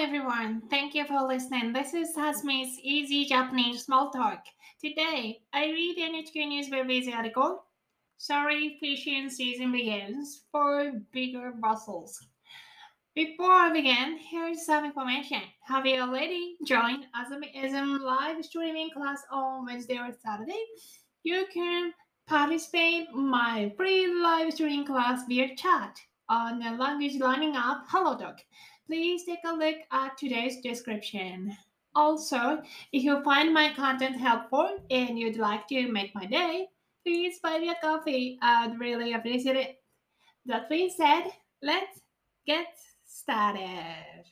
everyone. Thank you for listening. This is Hasmi's Easy Japanese Small Talk. Today, I read NHK News Reviews article. Sorry, fishing season begins for bigger vessels. Before I begin, here's some information. Have you already joined Azumiism live streaming class on Wednesday or Saturday? You can participate in my free live streaming class via chat on the language learning app HelloTalk. Please take a look at today's description. Also, if you find my content helpful and you'd like to make my day, please buy me a coffee. I'd really appreciate it. That being said, let's get started.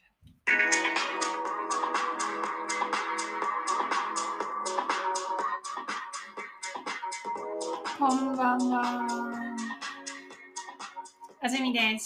こんばんは。あずみです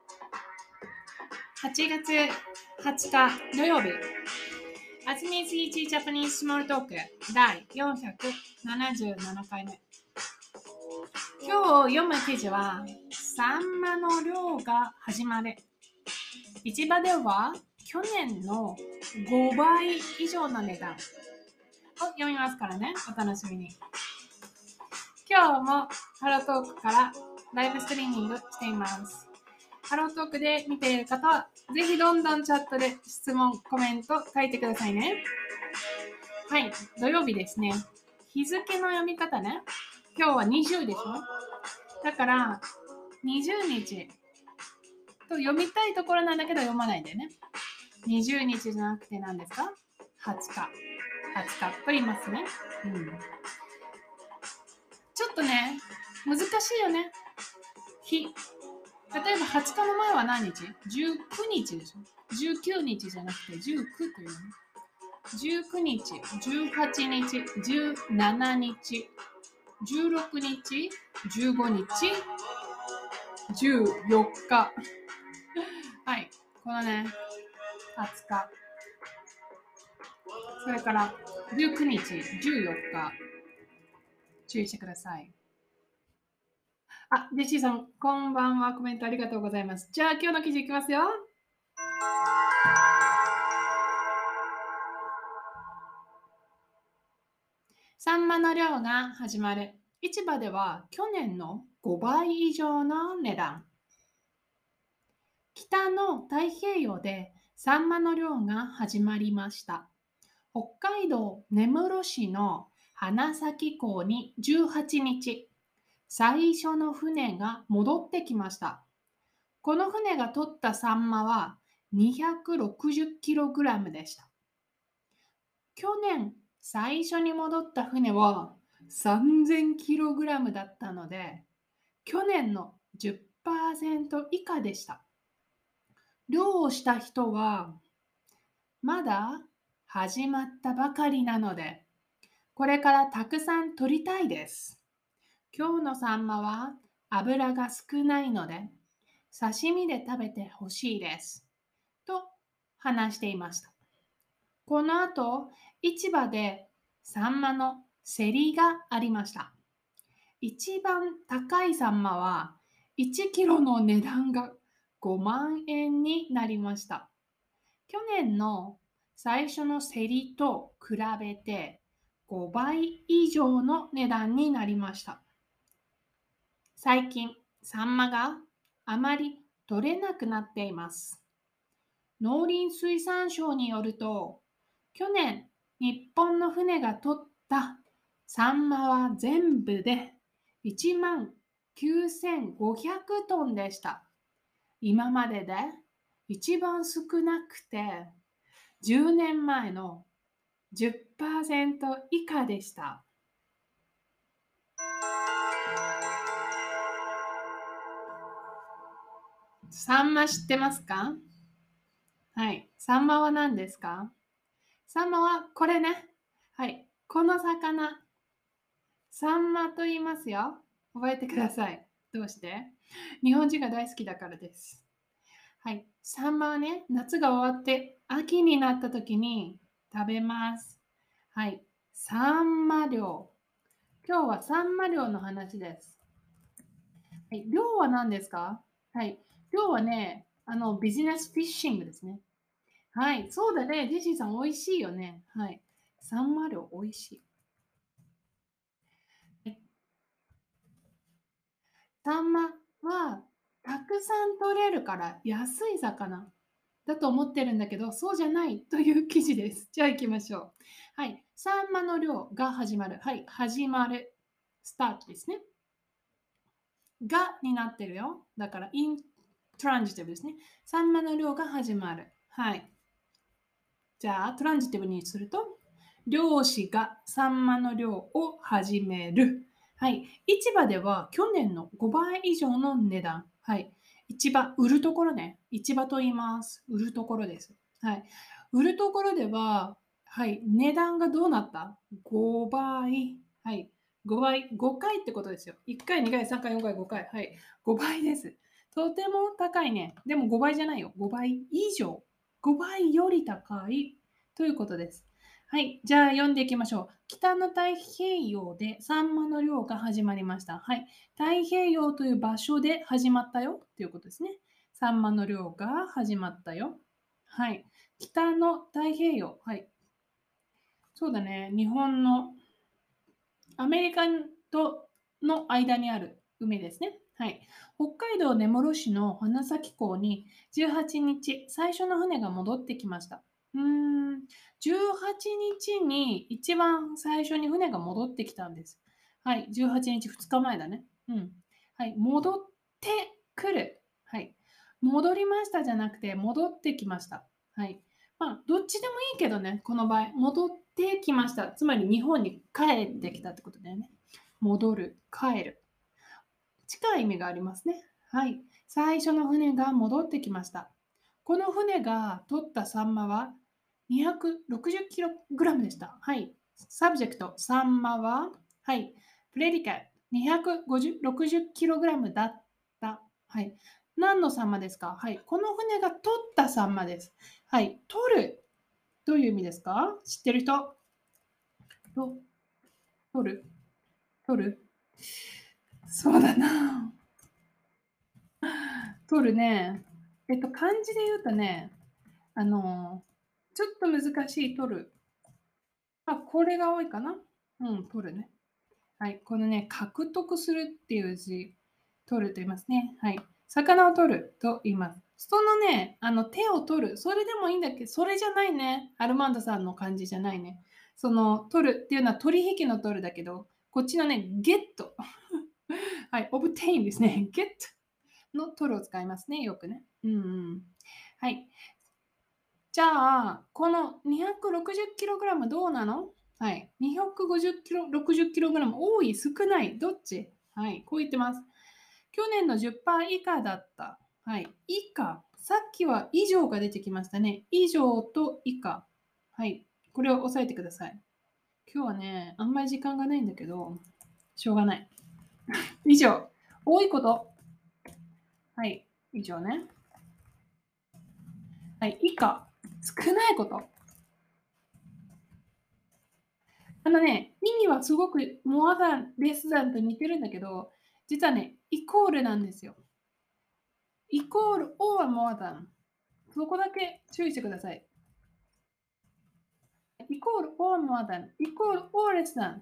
。8月20日土曜日。あずみスイーチジャパニーズスモールトーク第477回目。今日読む記事は、サンマの漁が始まる。市場では去年の5倍以上の値段を読みますからね、お楽しみに。今日もハロートークからライブストリーミングしています。ハロートークで見ている方は、ぜひどんどんチャットで質問、コメント書いてくださいね。はい、土曜日ですね。日付の読み方ね。今日は20でしょ？だから、20日と読みたいところなんだけど読まないでね。20日じゃなくて何ですか？ 20日。20日と言いますね。ちょっとね、難しいよね。日。例えば20日の前は何日？ 19 日でしょ。19日じゃなくて19というね。19日、18日、17日、16日、15日、14日。はい。このね、20日。それから19日、14日。注意してください。あ、ジェシーさん、こんばんは。コメントありがとうございます。じゃあ、今日の記事いきますよ。サンマの漁が始まる。市場では去年の5倍以上の値段。北の太平洋でサンマの漁が始まりました。北海道根室市の花咲港に18日、最初の船が戻ってきました。この船が取ったサンマは 260kg でした。去年最初に戻った船は 3000kg だったので、去年の 10% 以下でした。漁をした人はまだ始まったばかりなので、これからたくさん取りたいです。今日のサンマは油が少ないので、刺身で食べてほしいです。と話していました。この後、市場でサンマの競りがありました。一番高いサンマは1キロの値段が5万円になりました。去年の最初の競りと比べて5倍以上の値段になりました。最近、サンマがあまり取れなくなっています。農林水産省によると、去年日本の船が取ったサンマは全部で19,500トンでした。今までで一番少なくて10年前の 10% 以下でした。サンマ知ってますか？はい。サンマは何ですか？サンマはこれね。はい。この魚。サンマと言いますよ。覚えてください。どうして？日本人が大好きだからです。はい。サンマはね、夏が終わって秋になった時に食べます。はい。サンマ漁。今日はサンマ漁の話です。はい。漁は何ですか？はい。漁はね、ビジネスフィッシングですね。 はい、そうだね。ジェシーさん、美味しいよね。はい。サンマ漁、美味しい。はい、サンマはたくさん取れるから安い魚だと思ってるんだけど、そうじゃないという記事です。じゃあ行きましょう。はい。サンマの漁が始まる。はい。始まる。スタートですね。がになってるよ。だから、イントランジティブですね。サンマの漁が始まる。はい。じゃあ、トランジティブにすると、漁師がサンマの漁を始める。はい。市場では去年の5倍以上の値段。はい。市場、売るところね。市場と言います。売るところです。はい。売るところでは、はい。値段がどうなった？ 5 倍。はい。5倍。5回ってことですよ。1回、2回、3回、4回、5回。はい。5倍です。とても高いね。でも5倍じゃないよ。5倍以上。5倍より高いということです。はい。じゃあ読んでいきましょう。北の太平洋でサンマの漁が始まりました。はい。太平洋という場所で始まったよということですね。サンマの漁が始まったよ。はい。北の太平洋。はい。そうだね。日本のアメリカとの間にある海ですね。はい。北海道根室市の花咲港に18日、最初の船が戻ってきました。18日に一番最初に船が戻ってきたんです。はい。18日、2日前だね。うん。はい。戻ってくる。はい。戻りましたじゃなくて、戻ってきました。はい。まあ、どっちでもいいけどね、この場合、戻ってきました。つまり日本に帰ってきたってことだよね。戻る、帰る。近い意味がありますね。はい。最初の船が戻ってきました。この船が取ったサンマは260キログラムでした。はい。サブジェクト、サンマは、はい。プレディカ260キログラムだった。はい。何のサンマですか？はい。この船が取ったサンマです。はい。取る。どういう意味ですか？知ってる人？と取る取るそうだな。取るね。漢字で言うとね、あの、ちょっと難しい取る。あ、これが多いかな。うん、取るね。はい。このね、獲得するっていう字、取ると言いますね。はい。魚を取ると言います。そのね、手を取る。それでもいいんだけど、それじゃないね。アルマンドさんの漢字じゃないね。その、取るっていうのは取引の取るだけど、こっちのね、ゲット。はい。obtain ですね。ゲットの取るを使いますね。よくね。うんうん。はい。じゃあ、この 260kg どうなの？はい。250kg、60kg 多い、少ない、どっち？はい。こう言ってます。去年の10%以下だった。はい。以下。さっきは以上が出てきましたね。以上と以下。はい。これを押さえてください。今日はね、あんまり時間がないんだけど、しょうがない。以上。多いこと。はい。以上ね。はい。以下。少ないこと。意味はすごく more than, less than と似てるんだけど、実はね、イコールなんですよ。イコール or more than。そこだけ注意してください。イコール or more than、イコール or less than。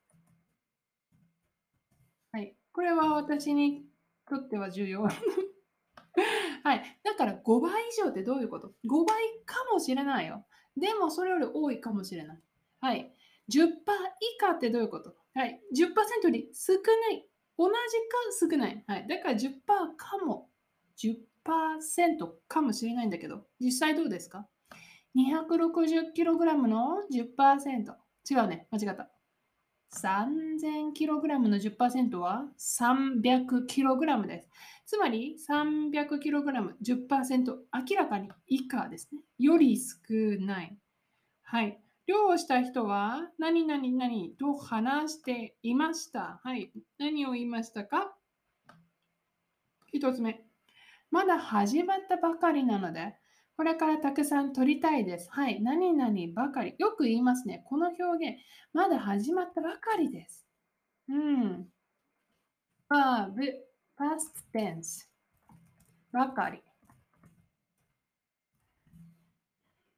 はい。これは私にとっては重要。はい。だから5倍以上ってどういうこと？ 5 倍かもしれないよ。でもそれより多いかもしれない。はい。10%以下ってどういうこと？はい。10%より少ない。同じか少ない。はい。だから10%かも。10%かもしれないんだけど、実際どうですか？ 260kg の 10%。違うね。間違った。3000kg の10%は 300kg です。つまり 300kg、10%、明らかに以下ですね。より少ない。はい。漁をした人は何々何と話していました。はい。何を言いましたか？一つ目。まだ始まったばかりなので、これからたくさん取りたいです。はい。何々ばかり。よく言いますね。この表現。まだ始まったばかりです。うん。verb、past tense。ばかり。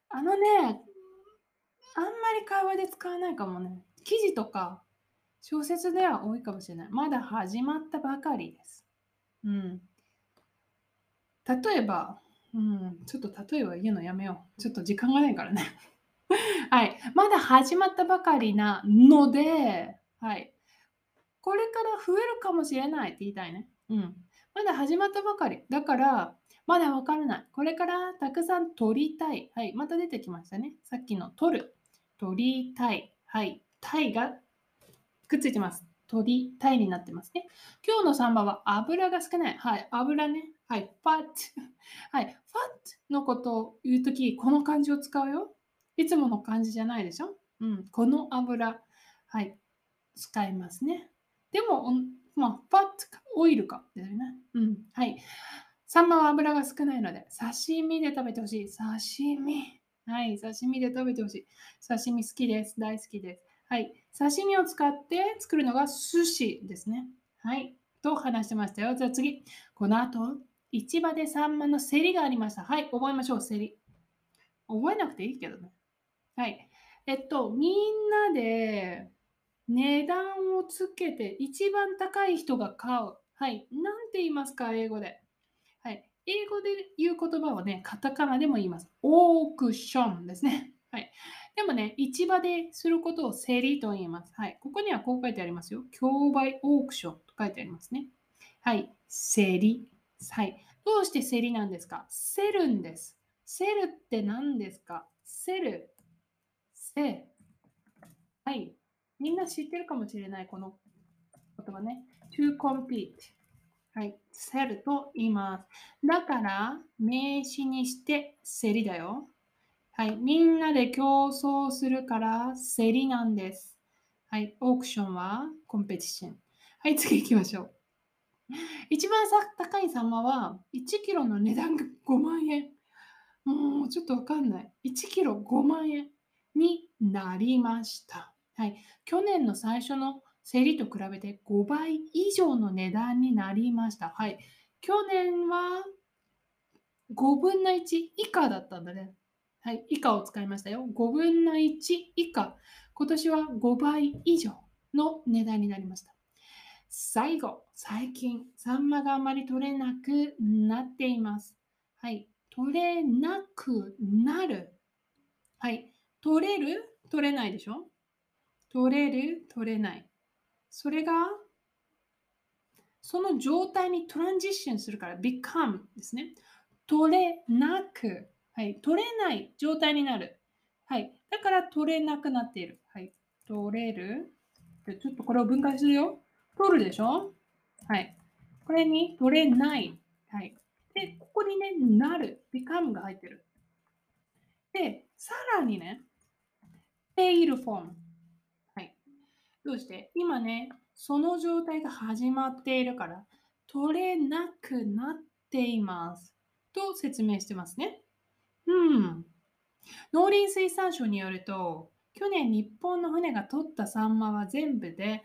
あのね、あんまり会話で使わないかもね。記事とか小説では多いかもしれない。まだ始まったばかりです。うん。例えば、ちょっと例えば言うのやめよう。ちょっと時間がないからね。はい。まだ始まったばかりなので、はい。これから増えるかもしれないって言いたいね。うん。まだ始まったばかり。だから、まだわからない。これからたくさん取りたい。はい。また出てきましたね。さっきの取る。取りたい。はい。たいがくっついてます。取りたいになってますね。今日のサンマは油が少ない。はい。油ね。はい。ファット。はい。ファットのことを言うとき、この漢字を使うよ。いつもの漢字じゃないでしょ。うん。この油。はい。使いますね。でも、まあ、ファットかオイルかだよね。うん。はい。サンマは油が少ないので、刺身で食べてほしい。刺身。はい。刺身で食べてほしい。刺身好きです。大好きです。はい。刺身を使って作るのが寿司ですね。はい。と話してましたよ。じゃあ次。この後、市場でサンマの競りがありました。はい。覚えましょう。競り。覚えなくていいけどね。はい。みんなで値段をつけて一番高い人が買う。はい。なんて言いますか、英語で。はい。英語で言う言葉はね、カタカナでも言います。オークションですね。はい。でもね、市場ですることを競りと言います。はい。ここにはこう書いてありますよ。競売オークションと書いてありますね。はい。競り。はい。どうして競りなんですか？競るんです。競るって何ですか？競る。せ。はい。みんな知ってるかもしれない、この言葉ね。to compete。はい。sell と言います。だから、名詞にして競りだよ。はい。みんなで競争するから競りなんです。はい。オークションはコンペティション。はい。次行きましょう。一番高いサンマは1キロの値段が5万円。もうちょっとわかんない。1キロ5万円になりました。はい。去年の最初の競りと比べて5倍以上の値段になりました。はい。去年は5分の1以下だったんだね。はい。以下を使いましたよ。5分の1以下。今年は5倍以上の値段になりました。最後、最近、サンマがあまり取れなくなっています。はい。取れなくなる。はい。取れる取れないでしょ。取れる取れない。それが、その状態にトランジッションするから、become ですね。取れなく。はい。取れない状態になる。はい。だから取れなくなっている。はい。取れる。でちょっとこれを分解するよ。取るでしょ。はい。これに取れない。はい。で、ここにね、なる。become が入ってる。で、さらにね、fail form。はい。どうして今ね、その状態が始まっているから、取れなくなっています。と説明してますね。うん。農林水産省によると、去年日本の船が取ったサンマは全部で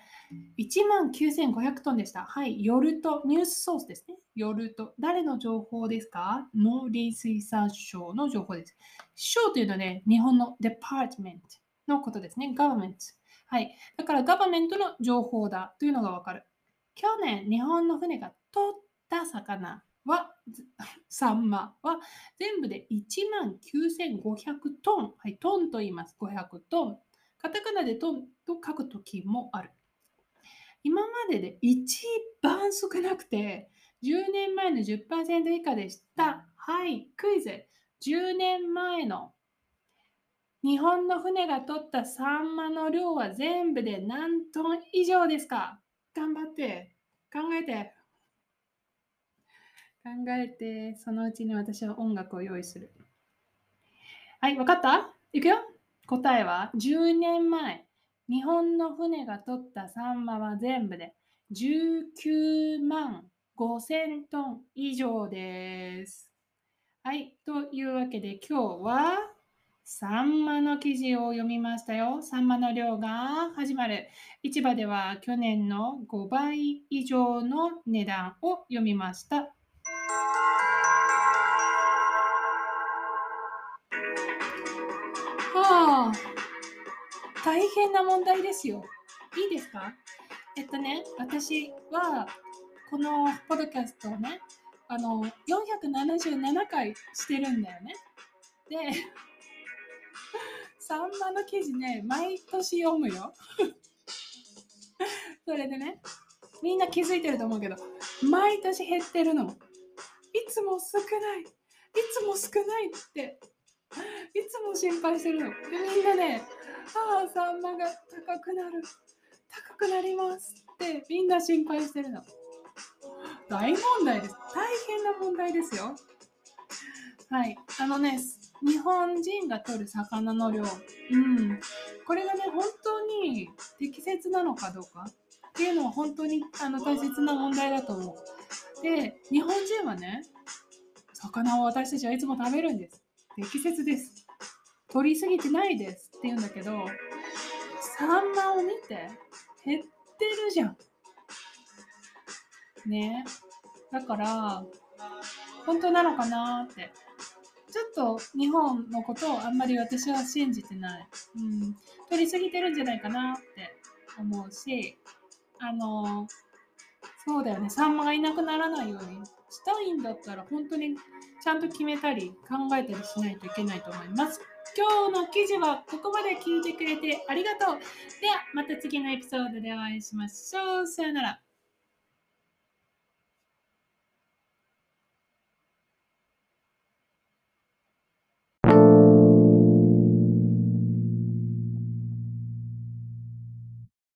19,500トンでした。はい、ヨルト、ニュースソースですね。ヨルト。誰の情報ですか？農林水産省の情報です。省というのはね、日本のデパートメントのことですね。ガバメント。はい。だからガバメントの情報だというのがわかる。去年、日本の船が取った魚は、サンマは全部で19,500トン。はい、トンと言います。500トン。カタカナでトンと書くときもある。今までで一番少なくて、10年前の10%以下でした。はい、クイズ。10年前の日本の船が取ったサンマの量は全部で何トン以上ですか？頑張って。考えて。考えて、そのうちに私は音楽を用意する。はい、わかった？いくよ。答えは10年前、日本の船が取ったサンマは全部で19万5000トン以上です。はい、というわけで今日はサンマの記事を読みましたよ。サンマの量が始まる。市場では去年の5倍以上の値段を読みました。 大変な問題ですよ。いいですか？私はこのポッドキャストをね、477回してるんだよね。で、サンマの記事ね、毎年読むよ。それでね、みんな気づいてると思うけど、毎年減ってるの。いつも少ない。いつも少ないって、いつも心配してるの。で、みんなね、サンマが高くなりますってみんな心配してるの。大問題です。大変な問題ですよ。はい。日本人が取る魚の量。これがね、本当に適切なのかどうかっていうのは本当に大切な問題だと思う。で、日本人はね、魚を私たちはいつも食べるんです。適切です。取りすぎてないですって言うんだけど、サンマを見て、減ってるじゃん。ね。だから、本当なのかなって。ちょっと日本のことをあんまり私は信じてない。取りすぎてるんじゃないかなって思うし、そうだよね、サンマがいなくならないようにしたいんだったら、本当にちゃんと決めたり考えたりしないといけないと思います。今日の記事はここまで聞いてくれてありがとう。ではまた次のエピソードでお会いしましょう。さよなら。